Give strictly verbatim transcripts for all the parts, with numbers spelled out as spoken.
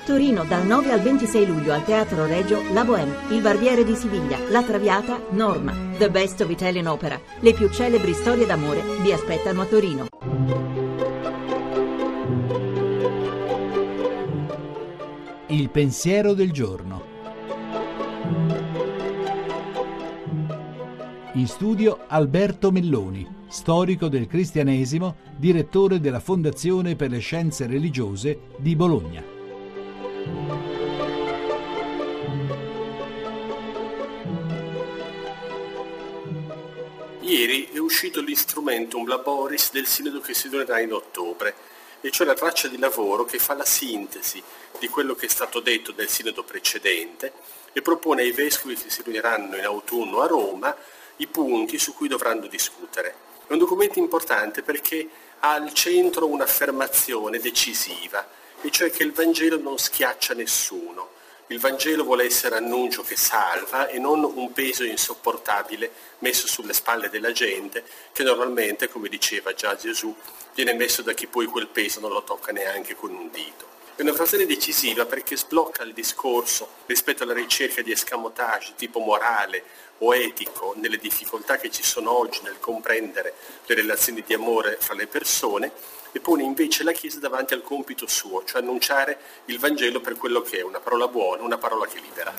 Torino dal nove al ventisei luglio al Teatro Regio La Bohème, Il Barbiere di Siviglia, La Traviata, Norma, The Best of Italian Opera. Le più celebri storie d'amore vi aspettano a Torino. Il pensiero del giorno. In studio Alberto Melloni, storico del cristianesimo, direttore della Fondazione per le Scienze Religiose di Bologna. Ieri è uscito l'Instrumentum Laboris del Sinodo che si riunirà in ottobre, e cioè la traccia di lavoro che fa la sintesi di quello che è stato detto del Sinodo precedente e propone ai vescovi che si riuniranno in autunno a Roma i punti su cui dovranno discutere. È un documento importante perché ha al centro un'affermazione decisiva, e cioè che il Vangelo non schiaccia nessuno. Il Vangelo vuole essere annuncio che salva e non un peso insopportabile messo sulle spalle della gente, che normalmente, come diceva già Gesù, viene messo da chi poi quel peso non lo tocca neanche con un dito. È una frase decisiva perché sblocca il discorso rispetto alla ricerca di escamotage tipo morale o etico nelle difficoltà che ci sono oggi nel comprendere le relazioni di amore fra le persone, e pone invece la Chiesa davanti al compito suo, cioè annunciare il Vangelo per quello che è, una parola buona, una parola che libera.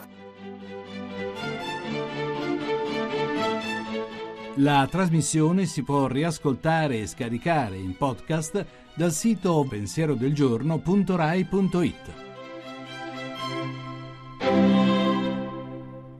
La trasmissione si può riascoltare e scaricare in podcast dal sito pensierodelgiorno punto rai punto it.